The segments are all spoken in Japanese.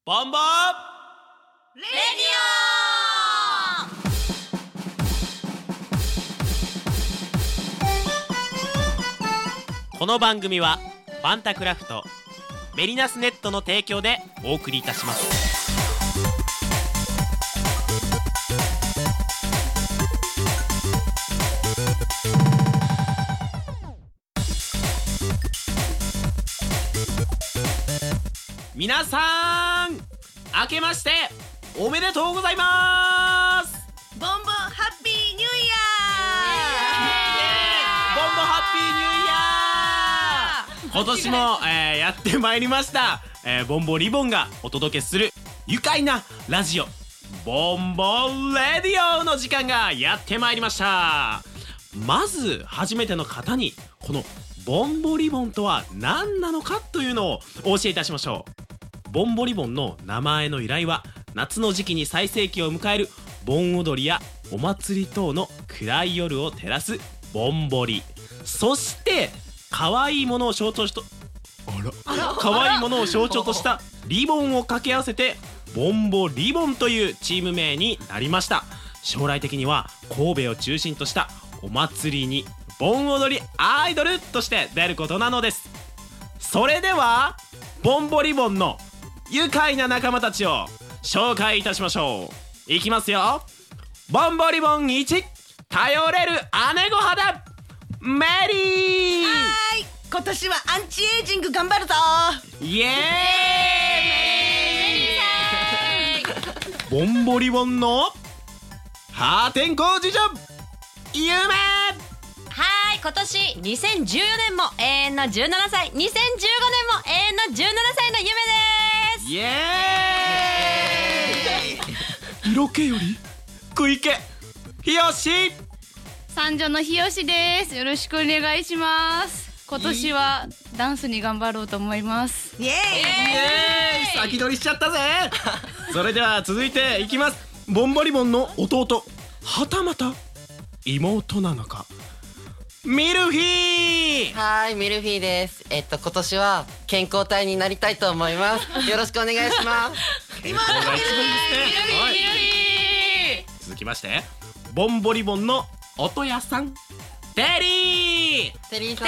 ボンボレデこの番組はファンタクラフトメリナスネットの提供でお送りいたします。皆さん明けましておめでとうございます。 ボンボンハッピーニューイヤボンボンハッピーニューイヤー。今年も、やってまいりました、ボンボリボンがお届けする愉快なラジオボンボンレディオの時間がやってまいりました。まず初めての方にこのボンボリボンとは何なのかというのをお教えいたしましょう。ボンボリボンの名前の由来は夏の時期に最盛期を迎える盆踊りやお祭り等の暗い夜を照らすボンボリ、そして可愛いものを象徴と可愛いものを象徴としたリボンを掛け合わせてボンボリボンというチーム名になりました。将来的には神戸を中心としたお祭りに盆踊りアイドルとして出ることなのです。それではボンボリボンの愉快な仲間たちを紹介いたしましょう。いきますよ。ボンボリボン1、頼れる姉御肌メリー。 はーい、今年はアンチエイジング頑張るぞ。 イエーイ。ボンボリボンの破天荒次女夢。 はーい、今年2014年も永遠の17歳、2015年も永遠の17歳の夢です。 イエーイ。色気より食い気日吉。 三女の日吉です。よろしくお願いします。今年はダンスに頑張ろうと思います。 イエーイ。 先取りしちゃったぜ。それでは続いていきます。ボンボリボンの弟はたまた妹なのかミルフィー。 はい、ミルフィーです。今年は健康体になりたいと思います。よろしくお願いします。 今のが一番ですね。はい、続きましてボンボリボンの音屋さんテリー。 テリーさん。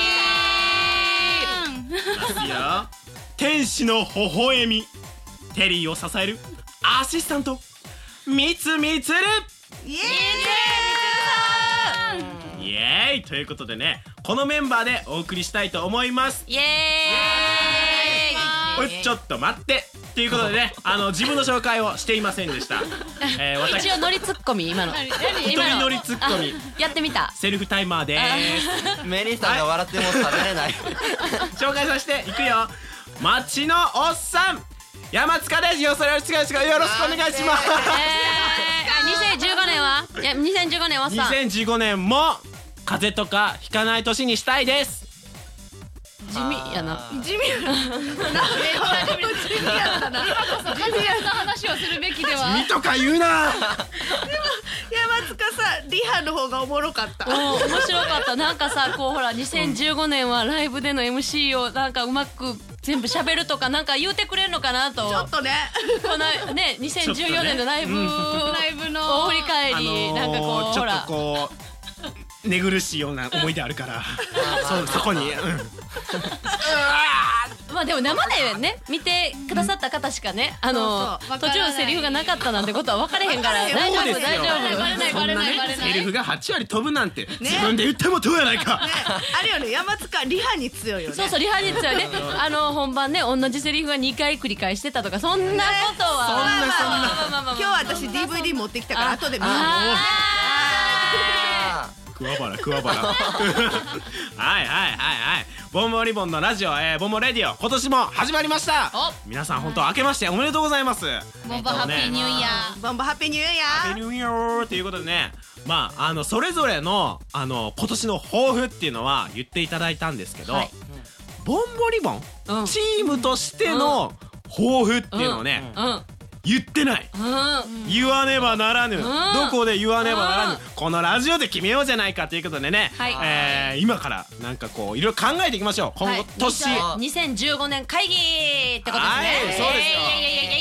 ますよ。天使の微笑みテリーを支えるアシスタントみつみつる。 イエイエーイということでね、このメンバーでお送りしたいと思います。 イエーイ。 ちょっと待ってということでね、自分の紹介をしていませんでした。私一応乗りツッコミ、今の一人乗りツッコミやってみた。 セルフタイマーでーす。 メリーさんが笑っても食べれない。 紹介させていくよ。町のおっさん山塚です。よろしくお願いします。 2015年はいや2015年はさ 2015年も風邪とかひかない年にしたいです。 地味やな。 地味やったな。 今こそ活躍の話をするべきでは。 地味とか言うな。 山塚さん、リハの方がおもろかった。 面白かった。なんかさ、こうほら2015年はライブでの MC をなんかうまく全部喋るとかなんか言うてくれるのかなと。 ちょっとね、 このね2014年のライブの大振り返り、なんかこうちょっとほらこう寝苦しいような思い出あるからそこにまあでも生でね見てくださった方しかね、途中セリフがなかったなんてことは分かれへんから、大丈夫大丈夫。 そんなねセリフが8割飛ぶなんて自分で言ってもどうやないか。 あれよね、山塚リハに強いよね。 そうそう、リハに強いね。本番ね同じセリフが2回繰り返してたとか、そんなことは今日私 DVD 持ってきたから後で見る。 桑原はいボンボリボンのラジオ、ボンボレディオ今年も始まりました。皆さん本当明けましておめでとうございます。 ボンボハッピーニューイヤー。 ボンボハッピーニューイヤハッピーニューイヤーということでね、まあそれぞれの今年の抱負っていうのは言っていただいたんですけど、ボンボリボンチームとしての抱負っていうのをね言ってない、言わねばならぬ、どこで言わねばならぬ、このラジオで決めようじゃないかということでね、今からなんかこういろいろ考えていきましょう。今年 2015年会議ってことですね。 はい、そうですよ。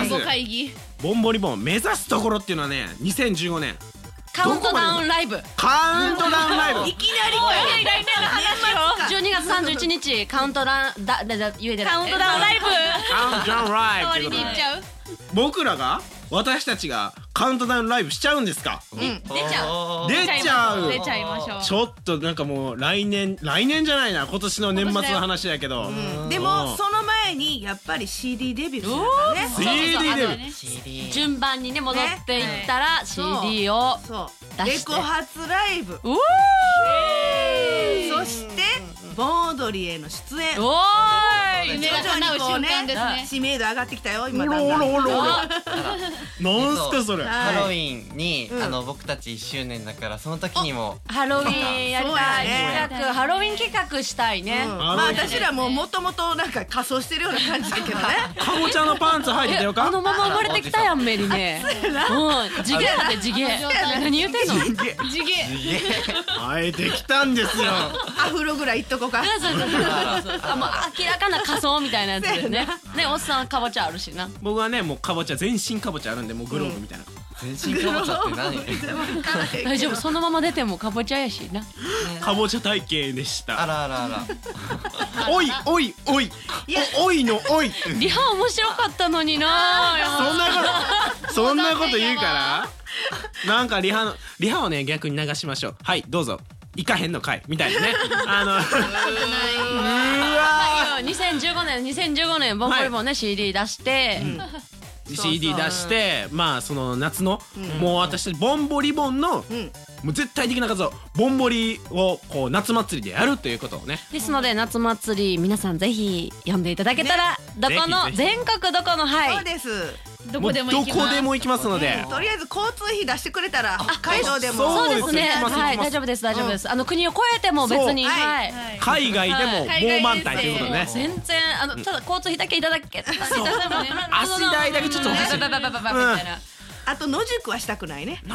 まずボンボ会議。 ボンボリボン目指すところっていうのはね、2015年カウントダウンライブカウントダウンライブいきなりこれ来年の話を12月31日カウントダウン言えてないカウントダウンライブカウントダウンライブ代わりってことでに行っちゃう。 僕らが私たちがカウントダウンライブしちゃうんですか？ 出ちゃう出ちゃう。 出ちゃいましょう。 ちょっとなんかもう来年じゃないな、今年の年末の話だけど、 でもその前にやっぱり CD デビューするからね。 CD デビューね。 CD 順番にね戻っていったら CD をそう出してレコ発ライブ、 おそして盆踊りへの出演、 おーい夢が叶う瞬間ですね。 知名度上がってきたよ今おだんだん。 ろおろおろおろあらなんすかそれ。 はいハロウィーンに、 うん僕たち1周年だからその時にもハロウィーンやりそうたいやね企画ハロウィン企画したいねうんまあ私らももともとなんか仮装してるような感じだけどね。 かぼちゃのパンツ履いてたよか？ あのまま生まれてきたやんメリねうん地毛だって地毛何言ってんの地毛。 生えてきたんですよ。 アフロぐらいいっとこうか。 そうあもう明らかな仮装みたいなやつでねねおっさんかぼちゃあるしな僕はねもうかぼちゃ全身かぼちゃあるんでもうグローブみたいな。 全身かぼちゃって何大丈夫そのまま出てもかぼちゃやしなかぼちゃ体型でした。 あらあらあらおいおいおいおいのおい。 リハ面白かったのになそんなこと言うからなんかリハをね逆に流しましょう。はいどうぞ行かへんのかいみたいなねうわ 2015年ボンボリボンね CD 出して CD 出してまあその夏のもう私たちボンボリボンのもう絶対的な活動ボンボリをこう夏祭りでやるということをねですので夏祭り皆さんぜひ読んでいただけたらどこのぜひぜひ全国どこのそうです。 どもうどこでも行きます。 こでも行きますのでとりあえず交通費出してくれたら北海道でも。 そうそうですね行きますはい行きます大丈夫です大丈夫です国を越えても別にそうはいはい海外でもはいもう満タイということでね全然ただ交通費だけいただけたら足代だけちょっと欲しいババババババみたいなあと野宿はしたくないね。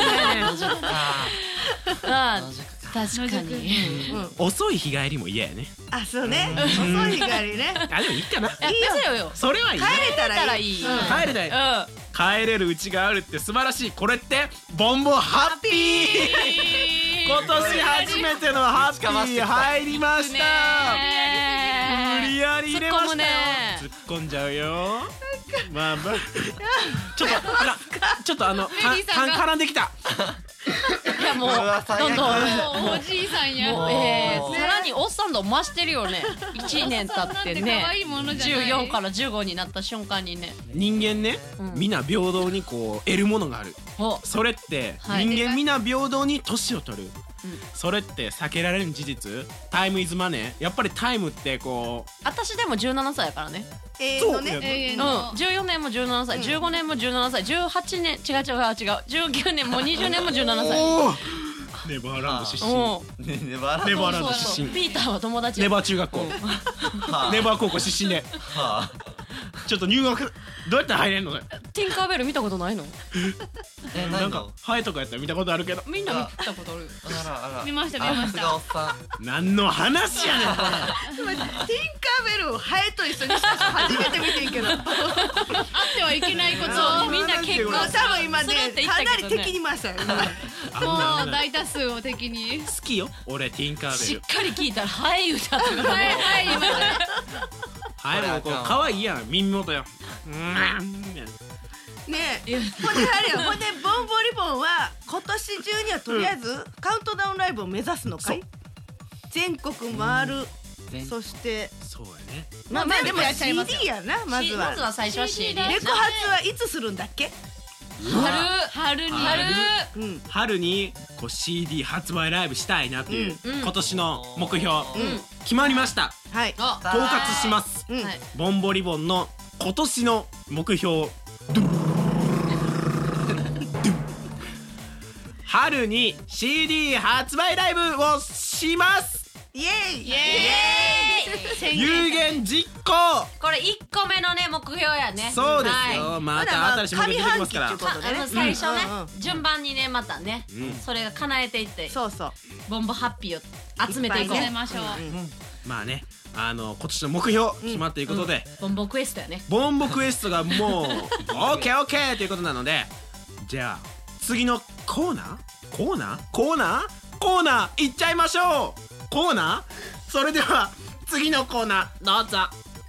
確かに遅い日帰りも嫌やね。 あそうね。遅い日帰りね。 あでもいいかな。 いいよよそれはいいね。 帰れたたららいい。 いい帰れない帰れるうちがあるって素晴らしい。これってボンボハッピー今年初めてのハッピー入りました。無理やり入れましたよ。突っ込んじゃうよ。まあまあちょっとちょっとメリーさんが絡んできた。 いやもうどんどんもうおじいさんや。 もうさらにおっさん度増してるよね1年経ってね可愛いものじゃない。 14から15になった瞬間にね人間ね、みんな平等にこう得るものがある。 おそれってはい人間みんな平等に年を取る、それって避けられる事実。タイムイズマネー。やっぱりタイムってこ私でも17歳やからねそうね。 うん永遠の。 14年も17歳15年も17歳18年違う19年も20年も17 う歳おおネバーランド出身。 おねねばらネバーランドそうそう出身。 ピーターは友達ネバー中学校、ネバー高校出身ではちょっと入学どうやって入れんの？ ティンカーベル見たことないのえなんかハエとかやったら見たことあるけどみんな見たことあるあらあら見ました見ましたさすがおっさ何の話やねんこティンカーベルをハエと一緒にした人初めて見てんけど。 あってはいけないことそうをみんな結構もう多分今ねするって言っかなたけどねり敵に回したよ。今もう大多数を敵に。 好きよ俺ティンカーベル。 しっかり聞いたら「はい」歌ってくるはいはい今ハエもこう可愛いやん耳元よ。 ねえ、ほんであれよ、ほんでボンボリボンは今年中にはとりあえずカウントダウンライブを目指すのかい？全国回る。そしてそうやね。 まあでもやっちゃいますよ CD やなまずは。 まずは最初は CD レコ発はいつするんだっけ？ 春にうん。 春にこう CD 発売ライブしたいなっていう今年の目標決まりました。 はい。 あ統括します。 うん。 はいボンボリボンの今年の目標。春に CD 発売ライブをします。 イエーイ。 イエーイ有言実行。 これ1個目のね目標やね。 そうですよ、 はまた新しい目標出てきますから。 上半期っていうことでね最初ね、 うんうん順番にねまたね、それが叶えていってそうそうボンボハッピーを集めていこう。 いっぱいねましょう。 まあね、今年の目標決まっていることで、 ボンボクエストやね。 ボンボクエストがもうオッケーオッケーということなので、じゃあ次のコーナーいっちゃいましょう。コーナー、それでは次のコーナーどうぞ。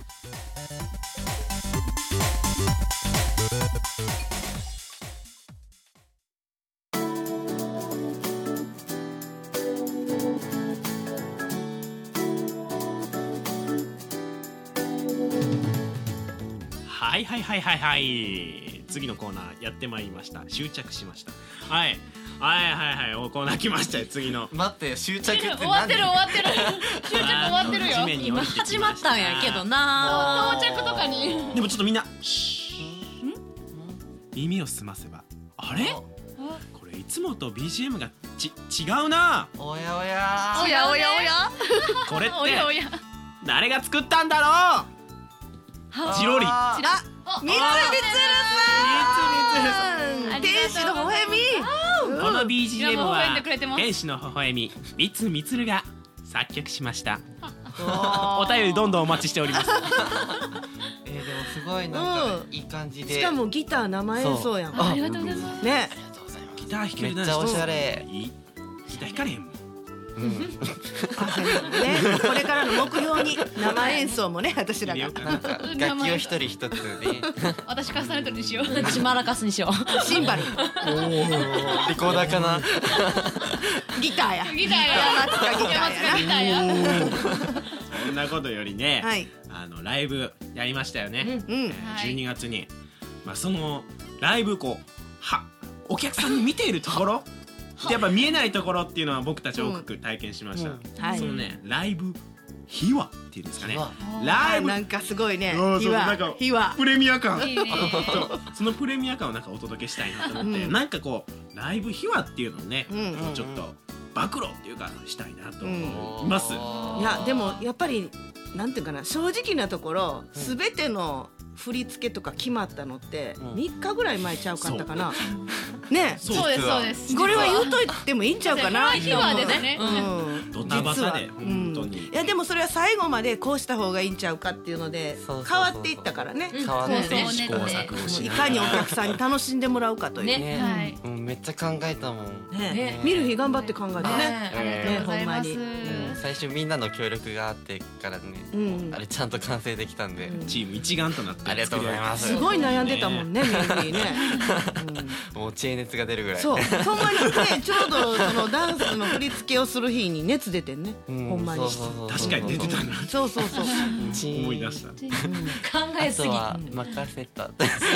はい次のコーナーやってまいりました。終着しました。はいおコーナー来ましたよ。次の待って、終着って何？ 終わってる終着終わってるよ。 地面に降今りてきました始まったんやけどな。 到着とかにでもちょっとみんな耳を澄ませば、あれこれいつもと BGM が違うな。 おやおやおやおやおやこれっておやおや誰が作ったんだろう。ジロリあーあ、みつみつるさん天使の微笑みこの BGM いやもう微笑んはでくれてます天使の微笑みみつみつるが作曲しました。お便りどんどんお待ちしております。 でもすごいなんかいい感じで、 しかもギター生演奏やんありがとうございます。 ねギター弾けるめっちゃおしゃれ。 いいギター弾かれへんもん。 ねこれからの目標に生演奏もね私らがなんか楽器を一人一つね。 私カスタネットにしよう。 シマラカスにしよう。 シンバルリコーダーかな。 ギターやギターや山塚ギターやギターや。 そんなことよりね、 はいライブやりましたよね。 うんはい 12月に、そのライブお客さんに見ているところやっぱ見えないところっていうのは僕たち多く体験しました。 はいそのねライブ秘話っていうんですかね。 秘話ライブなんかすごいねそう秘話なんか秘話プレミア感。 いいね。 そうそのプレミア感をなんかお届けしたいなと思って、なんかこうライブ秘話っていうのをね、ちょっと暴露っていうかしたいなと思います。 いやでもやっぱりなんていうかな、正直なところすべての振り付けとか決まったのって3日ぐらい前ちゃうかったかな。ねそうですそうです。 これは言うといてもいいんちゃうかな。 秘話ですね。 ドタバタで実は本当に。 いやでもそれは最後までこうした方がいいんちゃうかっていうのでそう変わっていったからね。 変わってそうね試行錯誤しいながらかにお客さんに楽しんでもらうかという。 ねね、 はいめっちゃ考えたもん。 ね見る日頑張って考えてね。 ありがとうございます。 最初みんなの協力があってからね、あれちゃんと完成できたんで、 チーム一丸となってありがとうございますすごい悩んでたもんね、みんなにね。 もう知恵熱が出るぐらい。 そう、ほんまにね、ちょうどそのダンスの振り付けをする日に熱出てんね。ほんまに。 確かに出てたな。 そうそうそう。 思い出した。 考えすぎ。 あとは任せた。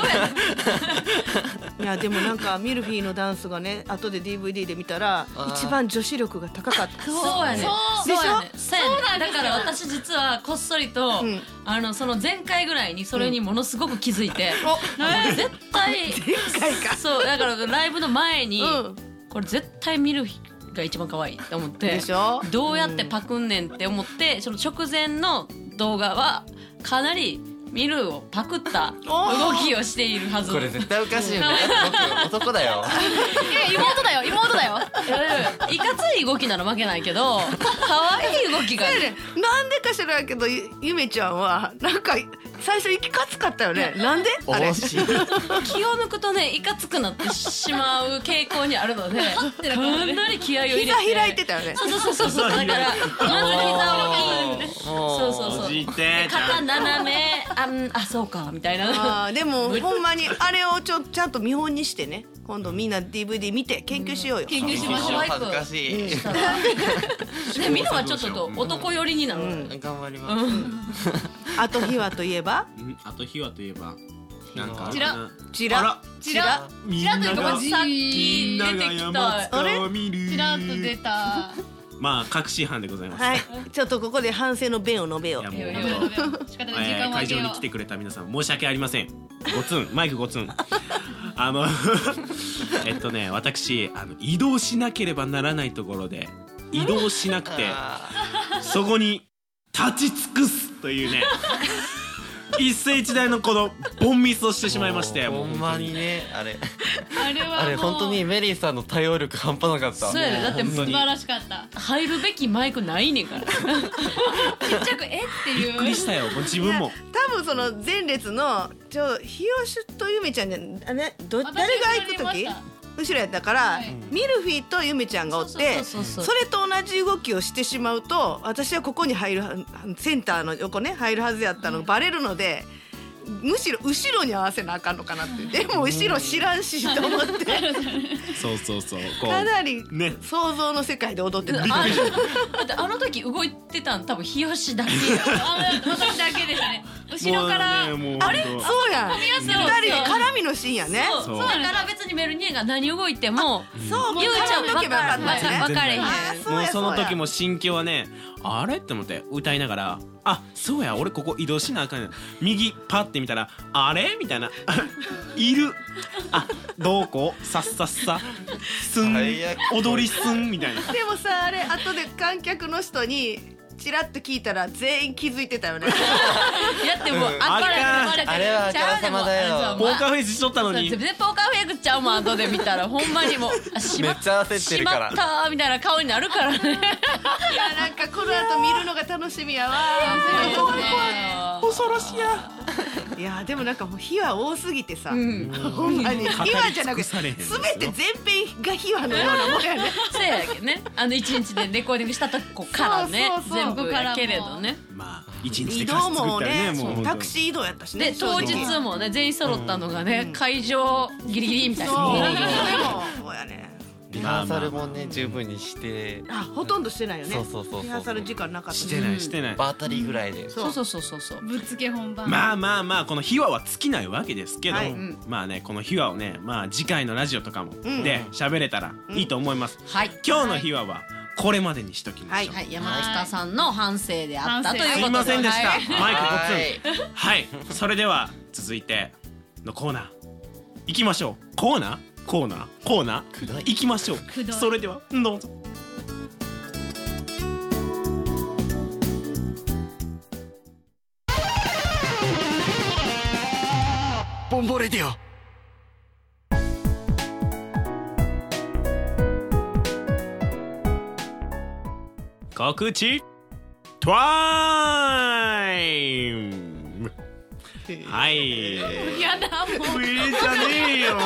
いやでもなんかミルフィーのダンスがね、後で DVD で見たら一番女子力が高かった。 そうやね。 そうでしょそうやね。そうやね。だから私実はこっそりとその前回ぐらいにそれにものすごく気づいて、絶対前回か。 そうだからライブの前にうんこれ絶対見るが一番可愛いって思ってでしょ。 どうやってパクんねんって思ってその直前の動画はかなりミルをパクった動きをしているはず。 これ絶対おかしいよね。僕男だよ。 妹だよ妹だよ。 いかつい動きなら負けないけど可愛い動きがね。 なんでか知らんけどゆめちゃんはなんか最初いかつかったよね。なんで？あれ。 惜しい。 気を抜くとねいかつくなってしまう傾向にあるのでかなり気合を入れて膝開いてたよね。 そうだからまず膝をいいそうそうおじいて肩斜めそうかみたいな。 でもほんまにあれをちゃんと見本にしてね、今度みんな DVD 見て研究しようよ。 研究しましょう。 恥ずかしい。 でミルはちょっと男寄りになる。 頑張ります。 あと秘話といえばあと秘話といえばなんかチラチラみんながさっきみんなが山塚を見るチラッと出た。 まあ確信犯でございます。 はいちょっとここで反省の弁を述べよう。 いやもういやいや本当いや仕方ない時間をあ会げよう。 場に来てくれた皆さん申し訳ありません。ごつんマイクごつん私移動しなければならないところで移動しなくてそこに立ち尽くすというね一世一代のこのボンミスをしてしまいましてほんまにねあれはもうあれ本当にメリーさんの対応力半端なかったそうやねだって本当に素晴らしかった。 入るべきマイクないねんからちっちゃくえっていう。 びっくりしたよもう自分も多分その前列の日吉とゆめちゃんで誰が行く時後ろやったから、 はいミルフィーとゆめちゃんがおってそうそれと同じ動きをしてしまうと私はここに入るセンターの横ね入るはずやったのがバレるのでむしろ後ろに合わせなあかんのかなってでも後ろ知らんしと思ってそうこうかなりね想像の世界で踊ってた。 だってあの時動いてたん多分日吉だけ私だけですね。後ろからもうねもうあれ本当そうやんやすい二人で絡みのシーンやね。 そうだから別にメルニエが何動いてもそうもうゆうちゃん絡んどけばよかったんですね。 分かれへんあーそうやもうそのそうや時も心境はねあれって思って歌いながらあそうや俺ここ移動しなあかんねん右パッて見たらあれみたいないるあどうこさっさっさすん最悪踊りすんみたいなでもさあれ後で観客の人にチラッと聞いたら全員気づいてたよね。 やってもうあかんあれはあからさまだよポーカーフェイスしとったのに全然ポーカーフェイクちゃうもん後で見たらほんまにもうあしまめっちゃ焦ってるからしまったーみたいな顔になるからねいやなんかこの後見るのが楽しみやわ。 恐ろしやいやでもなんかもう火は多すぎてさ、 うんほんまに火はじゃなくて語り尽くされへんですよ全て全編が火はのようなもんやね。 そうやけどね一日でレコーディングしたとこからねそうそうそう全部やけれどねまあ一日移で歌詞動も作ったらねねもうタクシー移動やったしね。 で当日もね全員揃ったのがね会場ギリギリみたいそうなでもそうやね。 リハーサルもね十分にしてあほとんどしてないよね。 そうリハーサル時間なかったしてないしてない場当たりぐらいでそうぶっつけ本番。 まあこの秘話は尽きないわけですけど、 はいまあねこの秘話をねまあ次回のラジオとかもんで喋れたらいいと思います、 はい今日の秘話はこれまでにしときましょう、 はい山下さんの反省であったということですいませんでした、 はいマイクはいポツンはいそれでは続いてのコーナー行きましょう。コーナー行きましょう。 くどいそれではどうぞ。 ボンボレディオ告知タイム。はいやだもう上じゃねえよ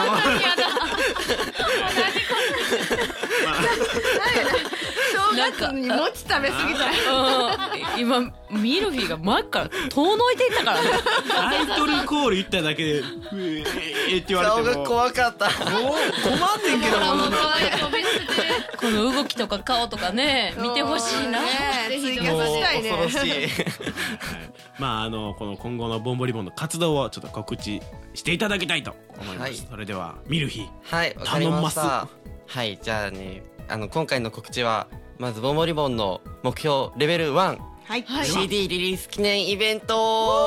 正月に餅食べ過ぎた。 今ミルフィーが前から遠のいていったからねタイトルコール言っただけでうえって言わ顔がれても怖かったもう困んねんけどもう飛び捨ててこの動きとか顔とかね見てほしいなねツイキャもうスしたいね。 恐ろしいまあこの今後のボンボリボンの活動をちょっと告知していただきたいと思います、 はいそれではミルヒはいわかりましたはいじゃあね今回の告知はまずボンボリボンの目標レベル1、 はい。 はい CD リリース記念イベント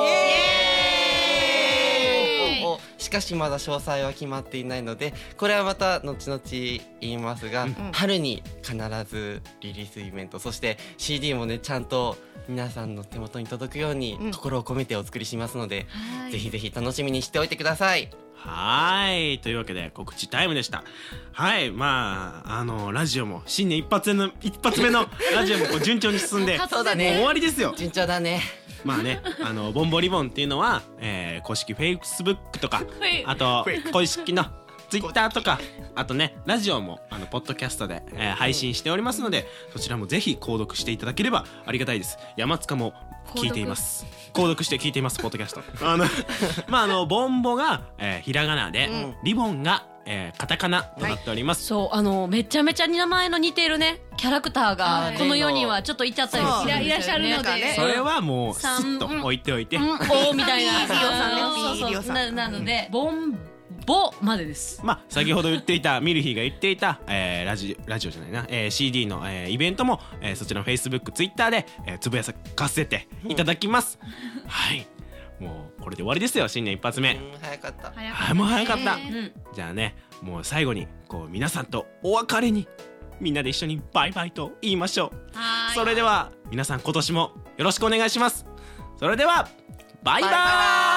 しかしまだ詳細は決まっていないのでこれはまた後々言いますが、春に必ずリリースイベントそして CD もねちゃんと皆さんの手元に届くように心を込めてお作りしますので、 はいぜひぜひ楽しみにしておいてください。 はいというわけで告知タイムでした。はいまあラジオも新年一発目のラジオもこう順調に進んでそうだねもう終わりですよ。 順調だね。 まあねボンボリボンっていうのは、公式 Facebook とかあと公式の Twitter とかあとねラジオもポッドキャストで、配信しておりますのでそちらもぜひ購読していただければありがたいです。山塚も聞いています購読して聞いていますポッドキャストまあボンボが、ひらがなで、リボンが、カタカナとなっております、 そうめちゃめちゃ名前の似てるねキャラクターがこの4人はちょっといちゃったりそうするんですよねいらっしゃるのでそれはもうスッと置いておいて、 おーみたいなピーリオさんねそうそうピーリオさんなのでボンボまでですまあ先ほど言っていたミルヒーが言っていた、ラジオじゃないな、CD の、イベントも、そちらの Facebook、Twitter で、つぶやかせていただきます、はいもうこれで終わりですよ新年一発目、 早かった。 もう早かった、 んじゃあねもう最後にこう皆さんとお別れにみんなで一緒にバイバイと言いましょう。 はーい。 それでは皆さん今年もよろしくお願いします。それではバイバイ。 バイバイ